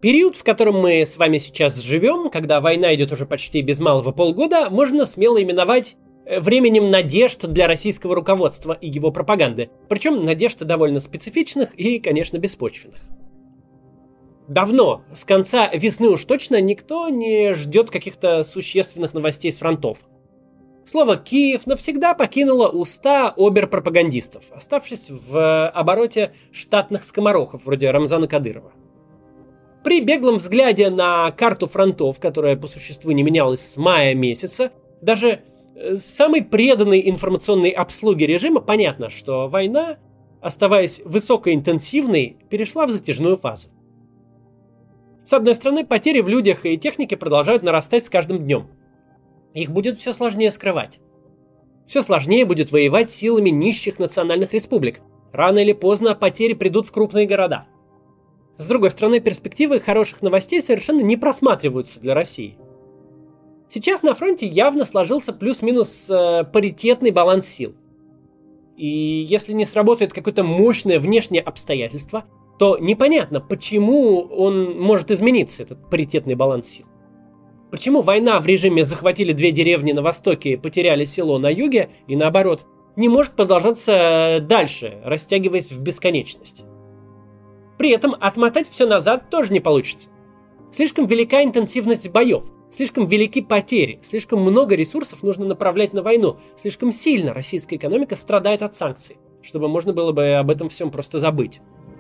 Период, в котором мы с вами сейчас живем, когда война идет уже почти без малого полгода, можно смело именовать временем надежд для российского руководства и его пропаганды. Причем надежд довольно специфичных и, конечно, беспочвенных. Давно, с конца весны уж точно, никто не ждет каких-то существенных новостей с фронтов. Слово «Киев» навсегда покинуло уста оберпропагандистов, оставшись в обороте штатных скоморохов, вроде Рамзана Кадырова. При беглом взгляде на карту фронтов, которая по существу не менялась с мая месяца, даже самой преданной информационной обслуге режима понятно, что война, оставаясь высокоинтенсивной, перешла в затяжную фазу. С одной стороны, потери в людях и технике продолжают нарастать с каждым днем. Их будет все сложнее скрывать. Все сложнее будет воевать силами нищих национальных республик. Рано или поздно потери придут в крупные города. С другой стороны, перспективы хороших новостей совершенно не просматриваются для России. Сейчас на фронте явно сложился плюс-минус паритетный баланс сил. И если не сработает какое-то мощное внешнее обстоятельство, то непонятно, почему он может измениться, этот паритетный баланс сил. Почему война в режиме захватили 2 деревни на востоке и потеряли село на юге, и наоборот, не может продолжаться дальше, растягиваясь в бесконечность. При этом отмотать все назад тоже не получится. Слишком велика интенсивность боев, слишком велики потери, слишком много ресурсов нужно направлять на войну, слишком сильно российская экономика страдает от санкций, чтобы можно было бы об этом всем просто забыть.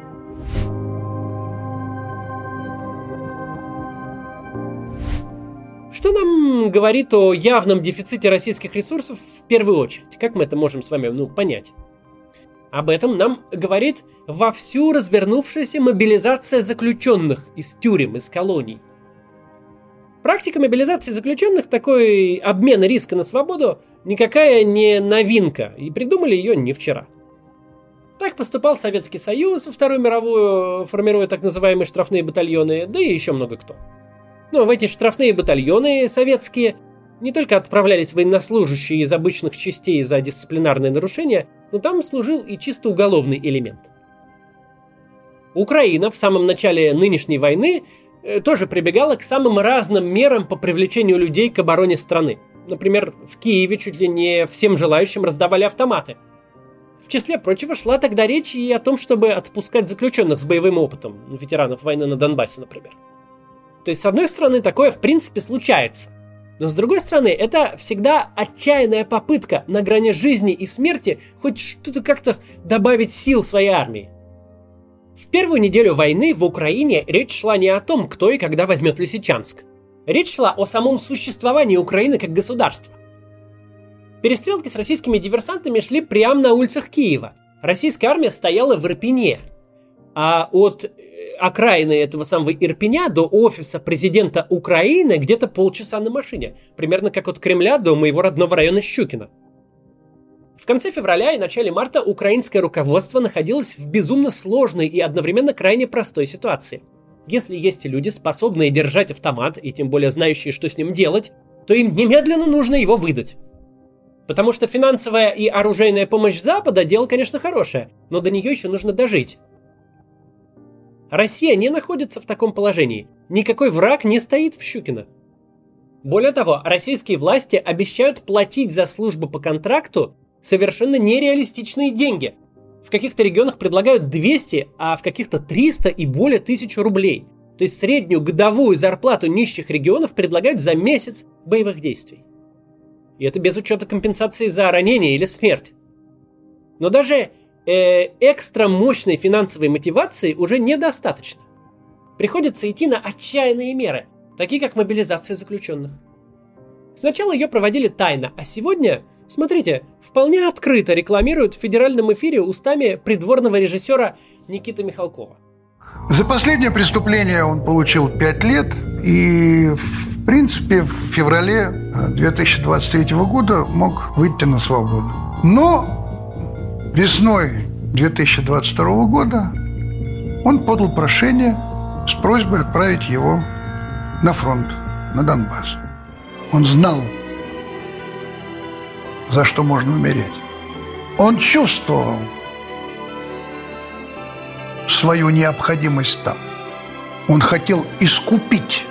Что нам говорит о явном дефиците российских ресурсов в первую очередь? Как мы это можем с вами понять? Об этом нам говорит вовсю развернувшаяся мобилизация заключенных из тюрем, из колоний. Практика мобилизации заключенных, такой обмен риска на свободу, никакая не новинка, и придумали ее не вчера. Так поступал Советский Союз во Вторую мировую, формируя так называемые штрафные батальоны, да и еще много кто. Но в эти штрафные батальоны советские не только отправлялись военнослужащие из обычных частей за дисциплинарные нарушения, но там служил и чисто уголовный элемент. Украина в самом начале нынешней войны тоже прибегала к самым разным мерам по привлечению людей к обороне страны. Например, в Киеве чуть ли не всем желающим раздавали автоматы. В числе прочего шла тогда речь и о том, чтобы отпускать заключенных с боевым опытом, ветеранов войны на Донбассе, например. То есть, с одной стороны, такое в принципе случается. Но с другой стороны, это всегда отчаянная попытка на грани жизни и смерти хоть что-то как-то добавить сил своей армии. В первую неделю войны в Украине речь шла не о том, кто и когда возьмет Лисичанск. Речь шла о самом существовании Украины как государства. Перестрелки с российскими диверсантами шли прямо на улицах Киева. Российская армия стояла в Ирпене. А от окраины этого самого Ирпеня до офиса президента Украины где-то полчаса на машине. Примерно как от Кремля до моего родного района Щукино. В конце февраля и начале марта украинское руководство находилось в безумно сложной и одновременно крайне простой ситуации. Если есть люди, способные держать автомат, и тем более знающие, что с ним делать, то им немедленно нужно его выдать. Потому что финансовая и оружейная помощь Запада – дело, конечно, хорошее, но до нее еще нужно дожить. Россия не находится в таком положении. Никакой враг не стоит в Щукино. Более того, российские власти обещают платить за службу по контракту совершенно нереалистичные деньги. В каких-то регионах предлагают 200, а в каких-то 300 и более 1000 рублей. То есть среднюю годовую зарплату нищих регионов предлагают за месяц боевых действий. И это без учета компенсации за ранение или смерть. Но даже экстра мощной финансовой мотивации уже недостаточно. Приходится идти на отчаянные меры, такие как мобилизация заключенных. Сначала ее проводили тайно, а сегодня, смотрите, вполне открыто рекламируют в федеральном эфире устами придворного режиссера Никиты Михалкова. За последнее преступление он получил 5 лет и, в принципе, в феврале 2023 года мог выйти на свободу. Но весной 2022 года он подал прошение с просьбой отправить его на фронт, на Донбасс. Он знал, за что можно умереть. Он чувствовал свою необходимость там. Он хотел искупить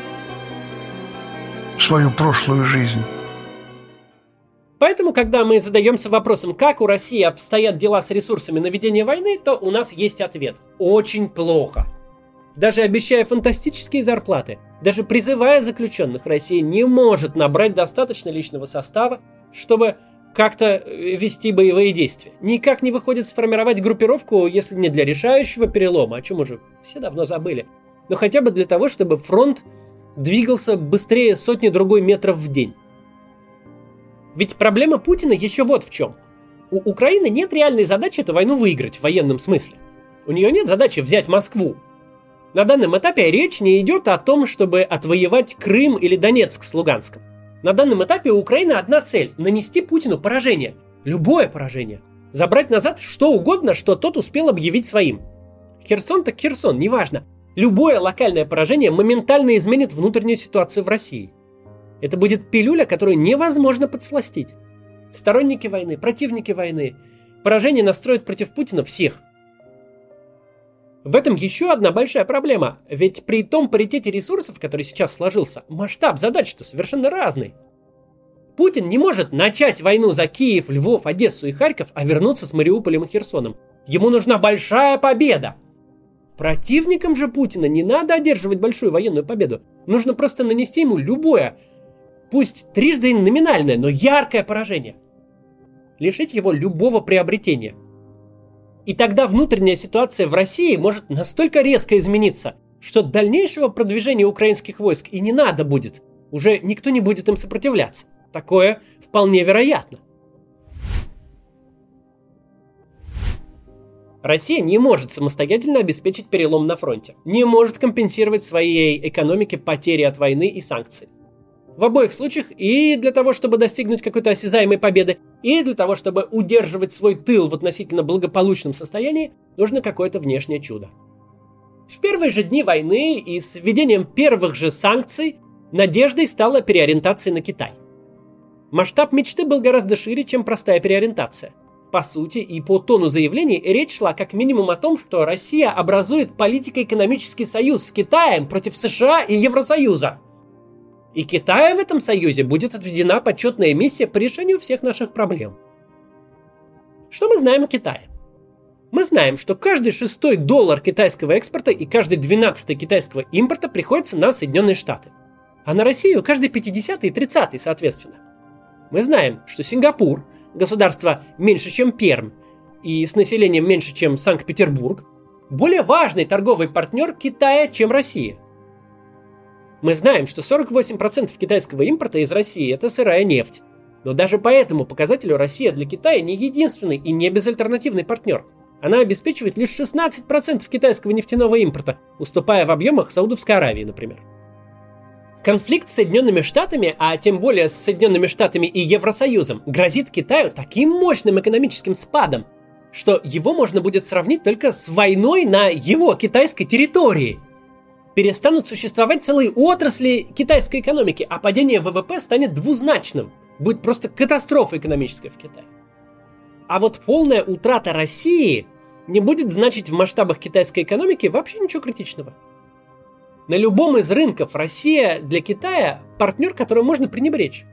свою прошлую жизнь. Поэтому, когда мы задаемся вопросом, как у России обстоят дела с ресурсами на ведение войны, то у нас есть ответ. Очень плохо. Даже обещая фантастические зарплаты, даже призывая заключенных, Россия не может набрать достаточно личного состава, чтобы как-то вести боевые действия. Никак не выходит сформировать группировку, если не для решающего перелома, о чем уже все давно забыли, но хотя бы для того, чтобы фронт двигался быстрее сотни-другой метров в день. Ведь проблема Путина еще вот в чем. У Украины нет реальной задачи эту войну выиграть в военном смысле. У нее нет задачи взять Москву. На данном этапе речь не идет о том, чтобы отвоевать Крым или Донецк с Луганском. На данном этапе у Украины одна цель – нанести Путину поражение. Любое поражение. Забрать назад что угодно, что тот успел объявить своим. Херсон так Херсон, неважно. Любое локальное поражение моментально изменит внутреннюю ситуацию в России. Это будет пилюля, которую невозможно подсластить. Сторонники войны, противники войны. Поражение настроит против Путина всех. В этом еще одна большая проблема. Ведь при том паритете ресурсов, который сейчас сложился, масштаб задач-то совершенно разный. Путин не может начать войну за Киев, Львов, Одессу и Харьков, а вернуться с Мариуполем и Херсоном. Ему нужна большая победа. Противникам же Путина не надо одерживать большую военную победу. Нужно просто нанести ему любое, пусть трижды номинальное, но яркое поражение. Лишить его любого приобретения. И тогда внутренняя ситуация в России может настолько резко измениться, что дальнейшего продвижения украинских войск и не надо будет. Уже никто не будет им сопротивляться. Такое вполне вероятно. Россия не может самостоятельно обеспечить перелом на фронте. Не может компенсировать своей экономике потери от войны и санкций. В обоих случаях и для того, чтобы достигнуть какой-то осязаемой победы, и для того, чтобы удерживать свой тыл в относительно благополучном состоянии, нужно какое-то внешнее чудо. В первые же дни войны и с введением первых же санкций надеждой стала переориентация на Китай. Масштаб мечты был гораздо шире, чем простая переориентация. По сути и по тону заявлений речь шла как минимум о том, что Россия образует политико-экономический союз с Китаем против США и Евросоюза. И Китаю в этом союзе будет отведена почетная миссия по решению всех наших проблем. Что мы знаем о Китае? Мы знаем, что каждый 6-й доллар китайского экспорта и каждый 12-й китайского импорта приходится на Соединенные Штаты. А на Россию каждый 50-й и 30-й соответственно. Мы знаем, что Сингапур, государство меньше, чем Пермь, и с населением меньше, чем Санкт-Петербург, более важный торговый партнер Китая, чем Россия. Мы знаем, что 48% китайского импорта из России – это сырая нефть. Но даже по этому показателю Россия для Китая не единственный и не безальтернативный партнер. Она обеспечивает лишь 16% китайского нефтяного импорта, уступая в объемах Саудовской Аравии, например. Конфликт с Соединенными Штатами, а тем более с Соединенными Штатами и Евросоюзом, грозит Китаю таким мощным экономическим спадом, что его можно будет сравнить только с войной на его китайской территории. Перестанут существовать целые отрасли китайской экономики, а падение ВВП станет двузначным. Будет просто катастрофа экономическая в Китае. А вот полная утрата России не будет значить в масштабах китайской экономики вообще ничего критичного. На любом из рынков Россия для Китая партнер, которым можно пренебречь.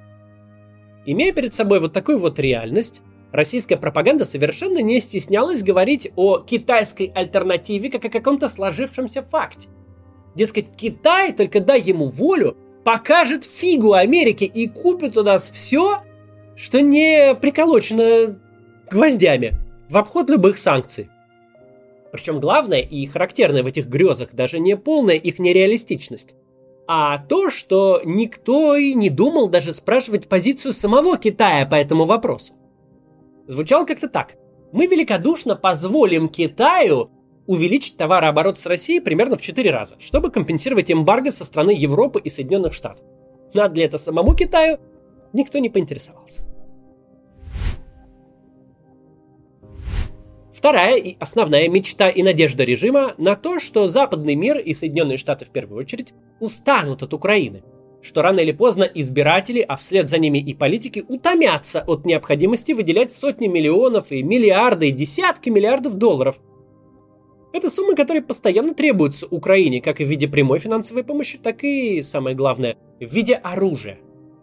Имея перед собой вот такую вот реальность, российская пропаганда совершенно не стеснялась говорить о китайской альтернативе как о каком-то сложившемся факте. Дескать, Китай, только дай ему волю, покажет фигу Америке и купит у нас все, что не приколочено гвоздями, в обход любых санкций. Причем главное и характерное в этих грезах даже не полная их нереалистичность, а то, что никто и не думал даже спрашивать позицию самого Китая по этому вопросу. Звучало как-то так. Мы великодушно позволим Китаю увеличить товарооборот с Россией примерно в 4 раза, чтобы компенсировать эмбарго со стороны Европы и Соединенных Штатов. Надо ли это самому Китаю, никто не поинтересовался. Вторая и основная мечта и надежда режима на то, что западный мир и Соединенные Штаты в первую очередь устанут от Украины, что рано или поздно избиратели, а вслед за ними и политики, утомятся от необходимости выделять сотни миллионов и миллиарды и десятки миллиардов долларов. Это суммы, которые постоянно требуются Украине, как в виде прямой финансовой помощи, так и, самое главное, в виде оружия.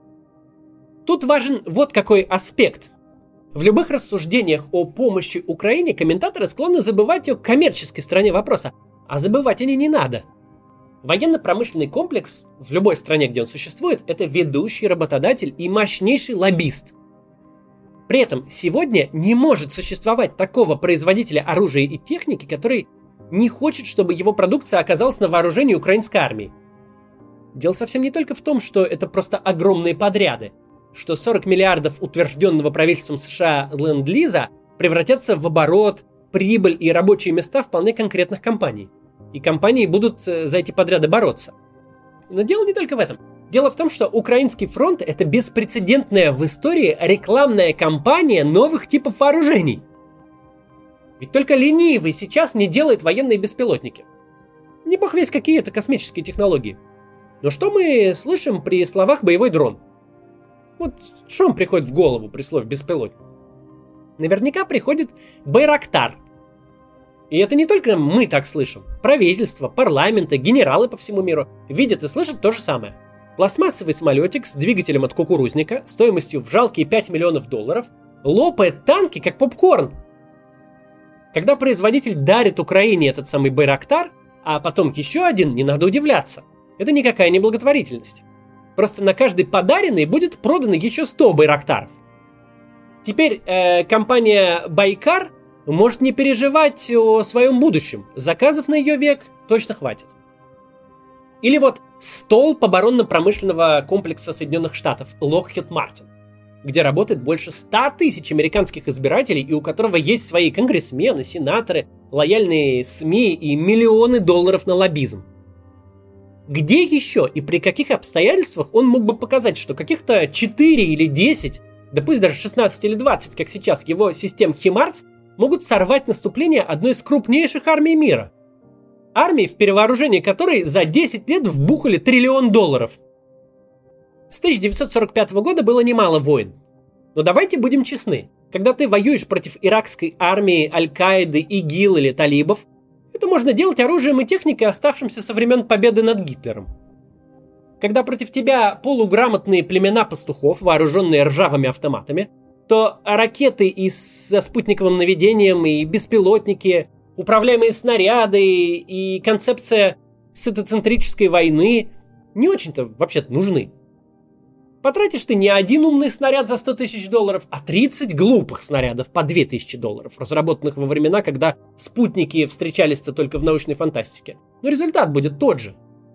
Тут важен вот какой аспект. В любых рассуждениях о помощи Украине комментаторы склонны забывать о коммерческой стороне вопроса, а забывать они не надо. Военно-промышленный комплекс в любой стране, где он существует, это ведущий работодатель и мощнейший лоббист. При этом сегодня не может существовать такого производителя оружия и техники, который не хочет, чтобы его продукция оказалась на вооружении украинской армии. Дело совсем не только в том, что это просто огромные подряды, что 40 миллиардов утвержденного правительством США ленд-лиза превратятся в оборот, прибыль и рабочие места вполне конкретных компаний. И компании будут за эти подряды бороться. Но дело не только в этом. Дело в том, что Украинский фронт – это беспрецедентная в истории рекламная кампания новых типов вооружений. Ведь только ленивый сейчас не делает военные беспилотники. Не бог весть какие это космические технологии. Но что мы слышим при словах «боевой дрон»? Вот что вам приходит в голову при слове «беспилотник»? Наверняка приходит «байрактар». И это не только мы так слышим. Правительство, парламенты, генералы по всему миру видят и слышат то же самое. Пластмассовый самолетик с двигателем от кукурузника стоимостью в жалкие $5 миллионов лопает танки, как попкорн. Когда производитель дарит Украине этот самый байрактар, а потом еще один, не надо удивляться. Это никакая не благотворительность. Просто на каждый подаренный будет продано еще 100 байрактаров. Теперь компания Байкар может не переживать о своем будущем. Заказов на ее век точно хватит. Или вот столб оборонно-промышленного комплекса Соединенных Штатов Lockheed Martin, где работает больше 100 тысяч американских избирателей и у которого есть свои конгрессмены, сенаторы, лояльные СМИ и миллионы долларов на лоббизм. Где еще и при каких обстоятельствах он мог бы показать, что каких-то 4 или 10, да пусть даже 16 или 20, как сейчас, его систем HIMARS могут сорвать наступление одной из крупнейших армий мира? Армии, в перевооружении которой за 10 лет вбухали $1 триллион. С 1945 года было немало войн. Но давайте будем честны. Когда ты воюешь против иракской армии, Аль-Каиды, ИГИЛ или талибов, это можно делать оружием и техникой, оставшимся со времен победы над Гитлером. Когда против тебя полуграмотные племена пастухов, вооруженные ржавыми автоматами, то ракеты и со спутниковым наведением, и беспилотники, управляемые снаряды и концепция ситоцентрической войны не очень-то вообще-то нужны. Потратишь ты не один умный снаряд за $100 тысяч, а 30 глупых снарядов по $2000, разработанных во времена, когда спутники встречались-то только в научной фантастике. Но результат будет тот же.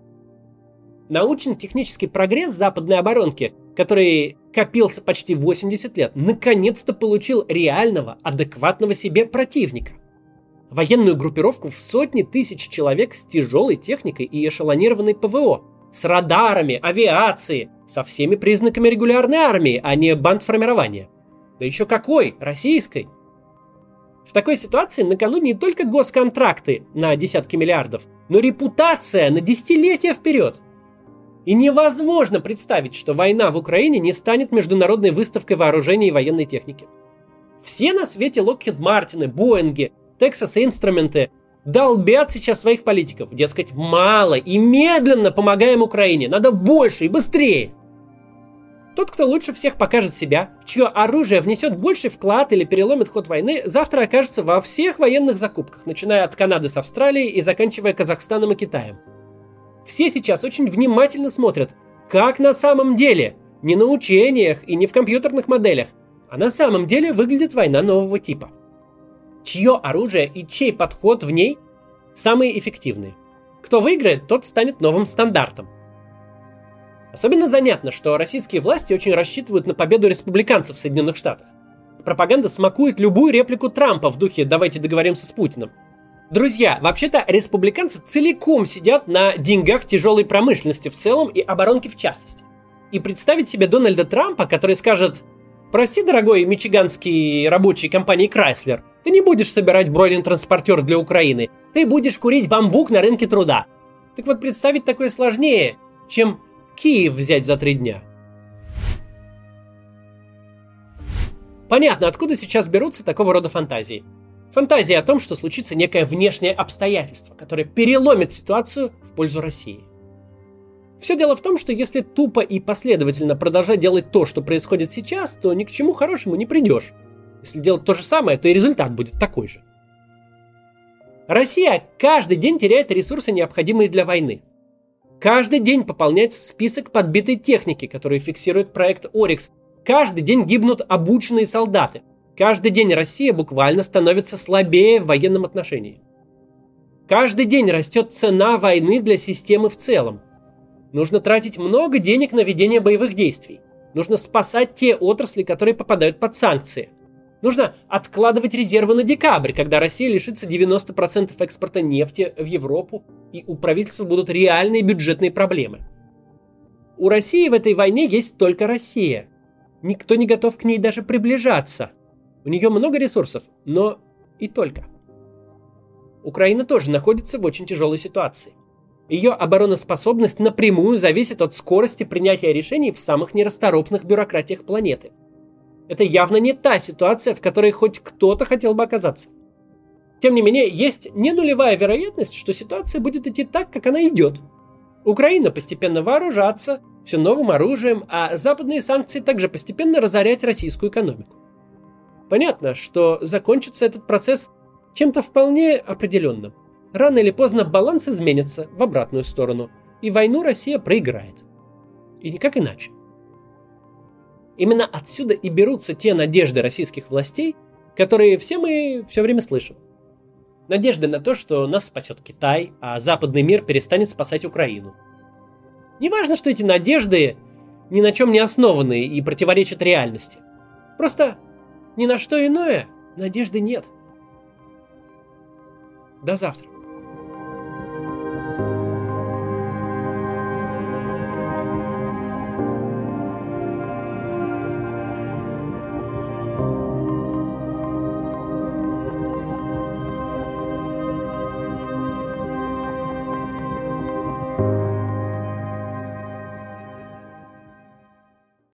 Научно-технический прогресс западной оборонки, который копился почти 80 лет, наконец-то получил реального, адекватного себе противника. Военную группировку в сотни тысяч человек с тяжелой техникой и эшелонированной ПВО, с радарами, авиацией, со всеми признаками регулярной армии, а не бандформирования. Да еще какой? Российской. В такой ситуации на кону не только госконтракты на десятки миллиардов, но репутация на десятилетия вперед. И невозможно представить, что война в Украине не станет международной выставкой вооружений и военной техники. Все на свете Lockheed Martin, Боинги, Texas Instruments долбят сейчас своих политиков. Дескать, мало и медленно помогаем Украине, надо больше и быстрее. Тот, кто лучше всех покажет себя, чье оружие внесет больший вклад или переломит ход войны, завтра окажется во всех военных закупках, начиная от Канады с Австралией и заканчивая Казахстаном и Китаем. Все сейчас очень внимательно смотрят, как на самом деле, не на учениях и не в компьютерных моделях, а на самом деле выглядит война нового типа. Чье оружие и чей подход в ней самые эффективные. Кто выиграет, тот станет новым стандартом. Особенно занятно, что российские власти очень рассчитывают на победу республиканцев в Соединенных Штатах. Пропаганда смакует любую реплику Трампа в духе «давайте договоримся с Путиным». Друзья, вообще-то республиканцы целиком сидят на деньгах тяжелой промышленности в целом и оборонки в частности. И представить себе Дональда Трампа, который скажет: «Прости, дорогой мичиганский рабочий компании Chrysler, ты не будешь собирать бройлинг-транспортер для Украины, ты будешь курить бамбук на рынке труда». Так вот, представить такое сложнее, чем Киев взять за 3 дня. Понятно, откуда сейчас берутся такого рода фантазии. Фантазия о том, что случится некое внешнее обстоятельство, которое переломит ситуацию в пользу России. Все дело в том, что если тупо и последовательно продолжать делать то, что происходит сейчас, то ни к чему хорошему не придешь. Если делать то же самое, то и результат будет такой же. Россия каждый день теряет ресурсы, необходимые для войны. Каждый день пополняется список подбитой техники, который фиксирует проект «Орикс». Каждый день гибнут обученные солдаты. Каждый день Россия буквально становится слабее в военном отношении. Каждый день растет цена войны для системы в целом. Нужно тратить много денег на ведение боевых действий. Нужно спасать те отрасли, которые попадают под санкции. Нужно откладывать резервы на декабрь, когда Россия лишится 90% экспорта нефти в Европу, и у правительства будут реальные бюджетные проблемы. У России в этой войне есть только Россия. Никто не готов к ней даже приближаться. У нее много ресурсов, но и только. Украина тоже находится в очень тяжелой ситуации. Ее обороноспособность напрямую зависит от скорости принятия решений в самых нерасторопных бюрократиях планеты. Это явно не та ситуация, в которой хоть кто-то хотел бы оказаться. Тем не менее, есть не нулевая вероятность, что ситуация будет идти так, как она идет. Украина постепенно вооружаться все новым оружием, а западные санкции также постепенно разорять российскую экономику. Понятно, что закончится этот процесс чем-то вполне определенным. Рано или поздно баланс изменится в обратную сторону, и войну Россия проиграет. И никак иначе. Именно отсюда и берутся те надежды российских властей, которые все мы все время слышим. Надежды на то, что нас спасет Китай, а западный мир перестанет спасать Украину. Неважно, что эти надежды ни на чем не основаны и противоречат реальности. Просто ни на что иное надежды нет. До завтра.